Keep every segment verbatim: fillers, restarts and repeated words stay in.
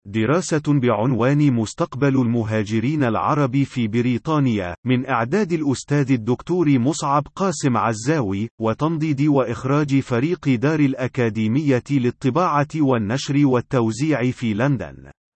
دراسة بعنوان مستقبل المهاجرين العرب في بريطانيا، من إعداد الأستاذ الدكتور مصعب قاسم عزاوي، وتنضيد وإخراج فريق دار الأكاديمية للطباعة والنشر والتوزيع في لندن.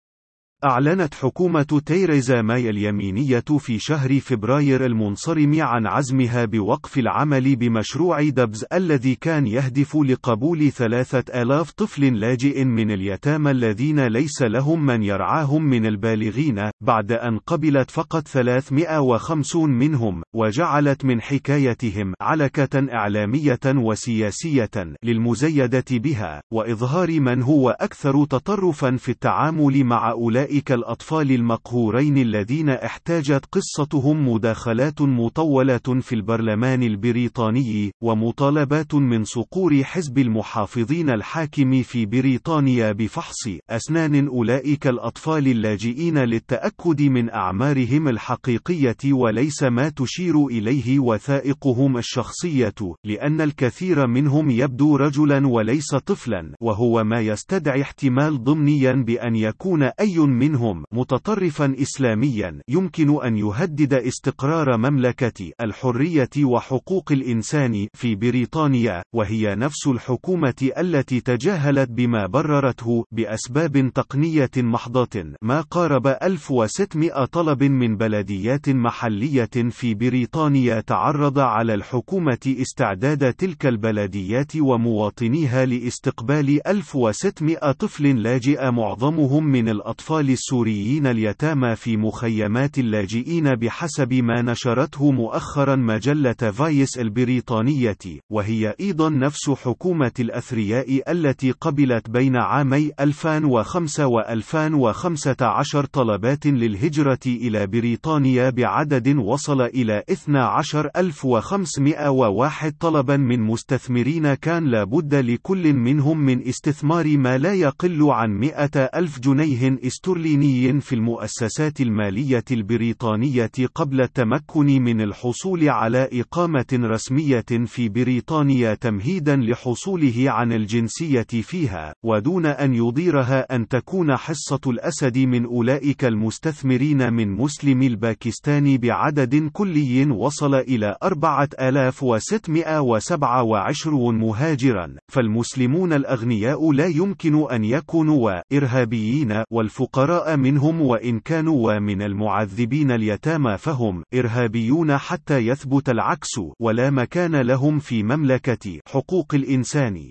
أعلنت حكومة تيريزا ماي اليمينية في شهر فبراير المنصرم عن عزمها بوقف العمل بمشروع دبز الذي كان يهدف لقبول ثلاثة آلاف طفل لاجئ من اليتامى الذين ليس لهم من يرعاهم من البالغين، بعد أن قبلت فقط ثلاثمائة وخمسين منهم، وجعلت من حكايتهم علكة إعلامية وسياسية للمزيدة بها، وإظهار من هو أكثر تطرفا في التعامل مع أولئك الأطفال المقهورين الذين احتاجت قصتهم مداخلات مطولة في البرلمان البريطاني، ومطالبات من صقور حزب المحافظين الحاكم في بريطانيا بفحص أسنان أولئك الأطفال اللاجئين للتأكد من أعمارهم الحقيقية وليس ما تشير إليه وثائقهم الشخصية، لأن الكثير منهم يبدو رجلا وليس طفلا، وهو ما يستدعي احتمال ضمنيا بأن يكون أي منهم متطرفا إسلاميا يمكن أن يهدد استقرار مملكة الحرية وحقوق الإنسان في بريطانيا، وهي نفس الحكومة التي تجاهلت بما بررته بأسباب تقنية محضة ما قارب ألف وستمائة طلب من بلديات محلية في بريطانيا تعرض على الحكومة استعداد تلك البلديات ومواطنيها لاستقبال ألف وستمائة طفل لاجئ معظمهم من الأطفال السوريين اليتامى في مخيمات اللاجئين بحسب ما نشرته مؤخرا مجلة فايس البريطانية، وهي أيضا نفس حكومة الأثرياء التي قبلت بين عامي ألفين وخمسة وألفين وخمسة عشر طلبات للهجرة إلى بريطانيا بعدد وصل إلى اثني عشر ألف وخمسمائة وواحد طلبا من مستثمرين كان لابد لكل منهم من استثمار ما لا يقل عن مئة ألف جنيه استرليني في المؤسسات المالية البريطانية قبل التمكن من الحصول على إقامة رسمية في بريطانيا تمهيدا لحصوله عن الجنسية فيها، ودون أن يضيرها أن تكون حصة الأسد من أولئك المستثمرين من مسلمي الباكستان بعدد كلي وصل إلى أربعة آلاف وستمائة وسبعة وعشرين مهاجرا، فالمسلمون الأغنياء لا يمكن أن يكونوا إرهابيين، والفقراء منهم وإن كانوا ومن المعذبين اليتامى فهم إرهابيون حتى يثبت العكس، ولا مكان لهم في مملكة حقوق الإنسان.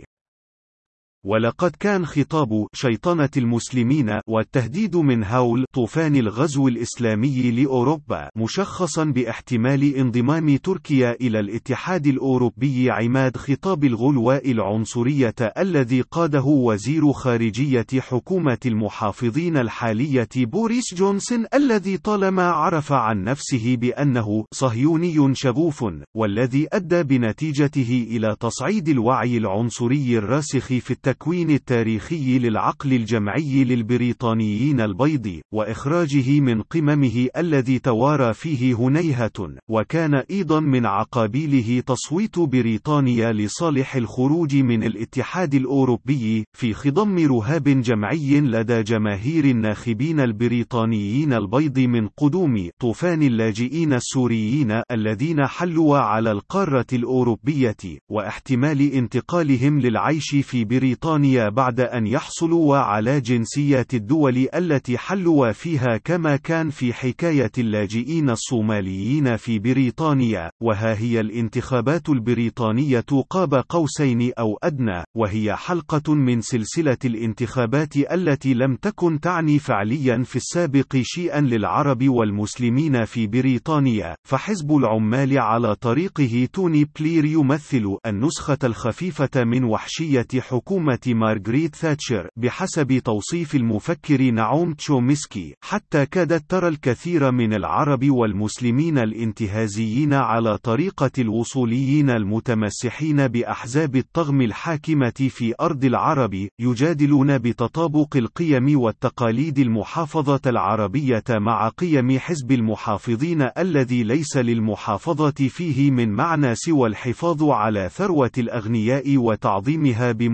ولقد كان خطاب شيطنة المسلمين والتهديد من هول طوفان الغزو الإسلامي لأوروبا مشخصا باحتمال انضمام تركيا إلى الاتحاد الأوروبي عماد خطاب الغلواء العنصرية الذي قاده وزير خارجية حكومة المحافظين الحالية بوريس جونسون، الذي طالما عرف عن نفسه بأنه صهيوني شغوف، والذي أدى بنتيجته إلى تصعيد الوعي العنصري الراسخ في التكوين التكوين التاريخي للعقل الجمعي للبريطانيين البيض، وإخراجه من قممه الذي توارى فيه هنيهة، وكان أيضا من عقابيله تصويت بريطانيا لصالح الخروج من الاتحاد الأوروبي، في خضم رهاب جمعي لدى جماهير الناخبين البريطانيين البيض من قدوم طوفان اللاجئين السوريين الذين حلوا على القارة الأوروبية، واحتمال انتقالهم للعيش في بريطانيا بعد أن يحصلوا على جنسيات الدول التي حلوا فيها، كما كان في حكاية اللاجئين الصوماليين في بريطانيا. وها هي الانتخابات البريطانية قاب قوسين أو أدنى، وهي حلقة من سلسلة الانتخابات التي لم تكن تعني فعليا في السابق شيئا للعرب والمسلمين في بريطانيا، فحزب العمال على طريقه توني بلير يمثل النسخة الخفيفة من وحشية حكومة مارغريت ثاتشر بحسب توصيف المفكر نعوم تشومسكي، حتى كادت ترى الكثير من العرب والمسلمين الانتهازيين على طريقة الوصوليين المتمسحين بأحزاب الطغم الحاكمة في أرض العرب يجادلون بتطابق القيم والتقاليد المحافظة العربية مع قيم حزب المحافظين الذي ليس للمحافظة فيه من معنى سوى الحفاظ على ثروة الأغنياء وتعظيمها بمفاقمة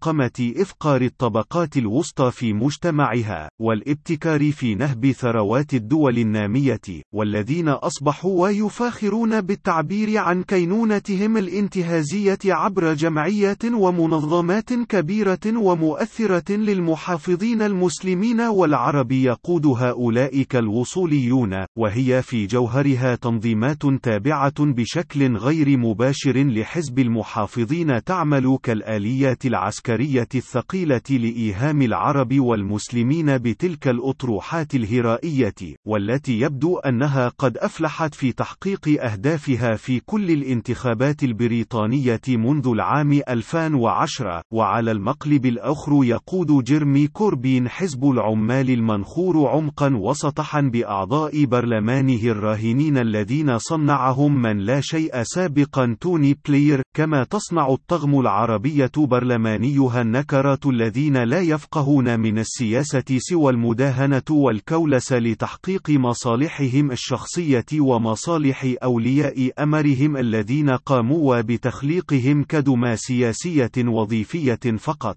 المفخمة إفقار الطبقات الوسطى في مجتمعها، والابتكار في نهب ثروات الدول النامية، والذين أصبحوا ويفاخرون بالتعبير عن كينونتهم الانتهازية عبر جمعيات ومنظمات كبيرة ومؤثرة للمحافظين المسلمين والعرب يقودها أولئك الوصوليون، وهي في جوهرها تنظيمات تابعة بشكل غير مباشر لحزب المحافظين تعمل كالآليات العسكرية الثقيلة لإيهام العرب والمسلمين بتلك الأطروحات الهرائية، والتي يبدو أنها قد أفلحت في تحقيق أهدافها في كل الانتخابات البريطانية منذ العام ألفين وعشرة. وعلى المقلب الآخر يقود جيرمي كوربين حزب العمال المنخور عمقا وسطحا بأعضاء برلمانه الراهنين الذين صنعهم من لا شيء سابقا توني بلير، كما تصنع الطغم العربية برلمانيها النكرات الذين لا يفقهون من السياسة سوى المداهنة والكولس لتحقيق مصالحهم الشخصية ومصالح أولياء أمرهم الذين قاموا بتخليقهم كدمى سياسية وظيفية فقط.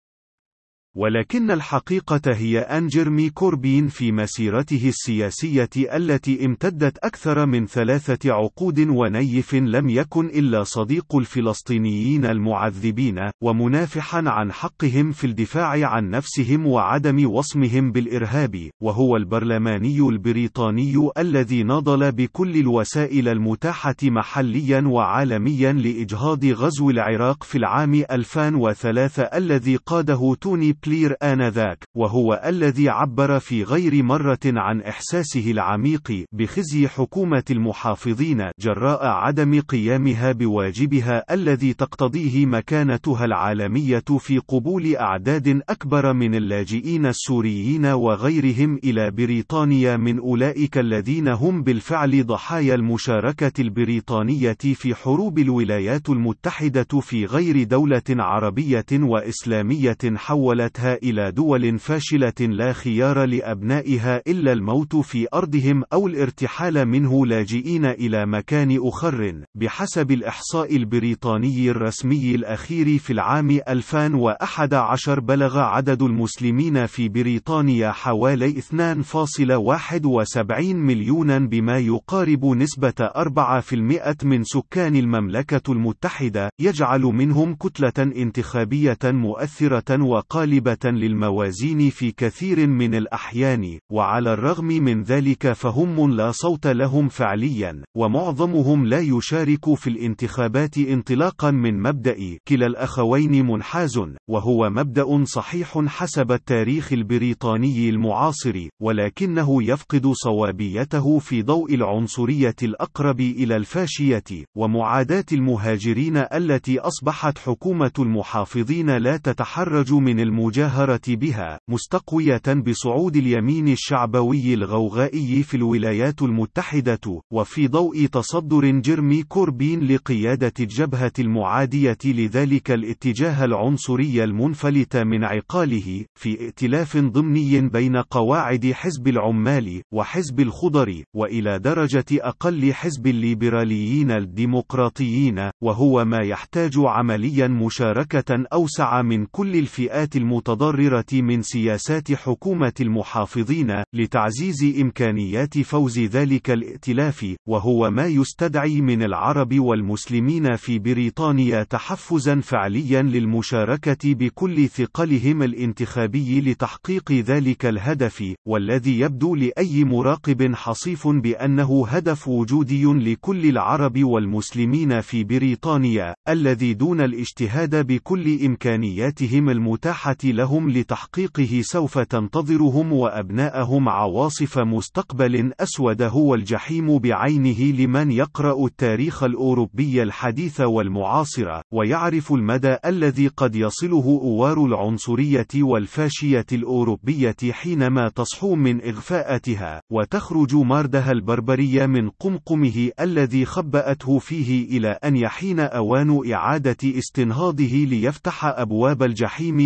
ولكن الحقيقة هي أن جيرمي كوربين في مسيرته السياسية التي امتدت أكثر من ثلاثة عقود ونيف لم يكن إلا صديق الفلسطينيين المعذبين، ومنافحا عن حقهم في الدفاع عن نفسهم وعدم وصمهم بالإرهاب، وهو البرلماني البريطاني الذي ناضل بكل الوسائل المتاحة محليا وعالميا لإجهاض غزو العراق في العام ألفين وثلاثة الذي قاده توني بلير آنذاك، وهو الذي عبر في غير مرة عن إحساسه العميق بخزي حكومة المحافظين جراء عدم قيامها بواجبها الذي تقتضيه مكانتها العالمية في قبول أعداد أكبر من اللاجئين السوريين وغيرهم إلى بريطانيا من أولئك الذين هم بالفعل ضحايا المشاركة البريطانية في حروب الولايات المتحدة في غير دولة عربية وإسلامية حولت إلى دول فاشلة لا خيار لأبنائها إلا الموت في أرضهم أو الارتحال منه لاجئين إلى مكان أخر. بحسب الإحصاء البريطاني الرسمي الأخير في العام ألفين وأحد عشر بلغ عدد المسلمين في بريطانيا حوالي اثنين فاصلة واحد وسبعين مليونا بما يقارب نسبة أربعة بالمئة من سكان المملكة المتحدة، يجعل منهم كتلة انتخابية مؤثرة وقالبة للموازين في كثير من الأحيان، وعلى الرغم من ذلك فهم لا صوت لهم فعليا، ومعظمهم لا يشارك في الانتخابات انطلاقا من مبدأ كلا الأخوين منحاز، وهو مبدأ صحيح حسب التاريخ البريطاني المعاصر، ولكنه يفقد صوابيته في ضوء العنصرية الأقرب إلى الفاشية ومعاداة المهاجرين التي أصبحت حكومة المحافظين لا تتحرج من المجاهرة بها، مستقوية بصعود اليمين الشعبوي الغوغائي في الولايات المتحدة، وفي ضوء تصدر جيرمي كوربين لقيادة الجبهة المعادية لذلك الاتجاه العنصري المنفلت من عقاله، في ائتلاف ضمني بين قواعد حزب العمال وحزب الخضر، وإلى درجة أقل حزب الليبراليين الديمقراطيين، وهو ما يحتاج عمليا مشاركة أوسع من كل الفئات المتضررة من سياسات حكومة المحافظين لتعزيز إمكانيات فوز ذلك الائتلاف، وهو ما يستدعي من العرب والمسلمين في بريطانيا تحفزا فعليا للمشاركة بكل ثقلهم الانتخابي لتحقيق ذلك الهدف، والذي يبدو لأي مراقب حصيف بأنه هدف وجودي لكل العرب والمسلمين في بريطانيا، الذي دون الاجتهاد بكل إمكانياتهم المتاحة لهم لتحقيقه سوف تنتظرهم وأبناءهم عواصف مستقبل أسود هو الجحيم بعينه لمن يقرأ التاريخ الأوروبي الحديث والمعاصر، ويعرف المدى الذي قد يصله أوار العنصرية والفاشية الأوروبية حينما تصحو من إغفاءاتها، وتخرج ماردها البربرية من قمقمه الذي خبأته فيه إلى أن يحين أوان إعادة استنهاضه ليفتح أبواب الجحيم بكل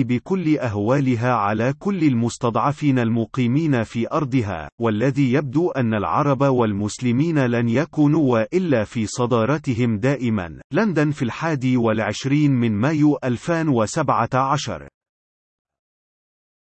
تحميل أهوالها على كل المستضعفين المقيمين في أرضها، والذي يبدو أن العرب والمسلمين لن يكونوا وإلا في صدارتهم دائما. لندن في الحادي والعشرين من مايو ألفين وسبعة عشر.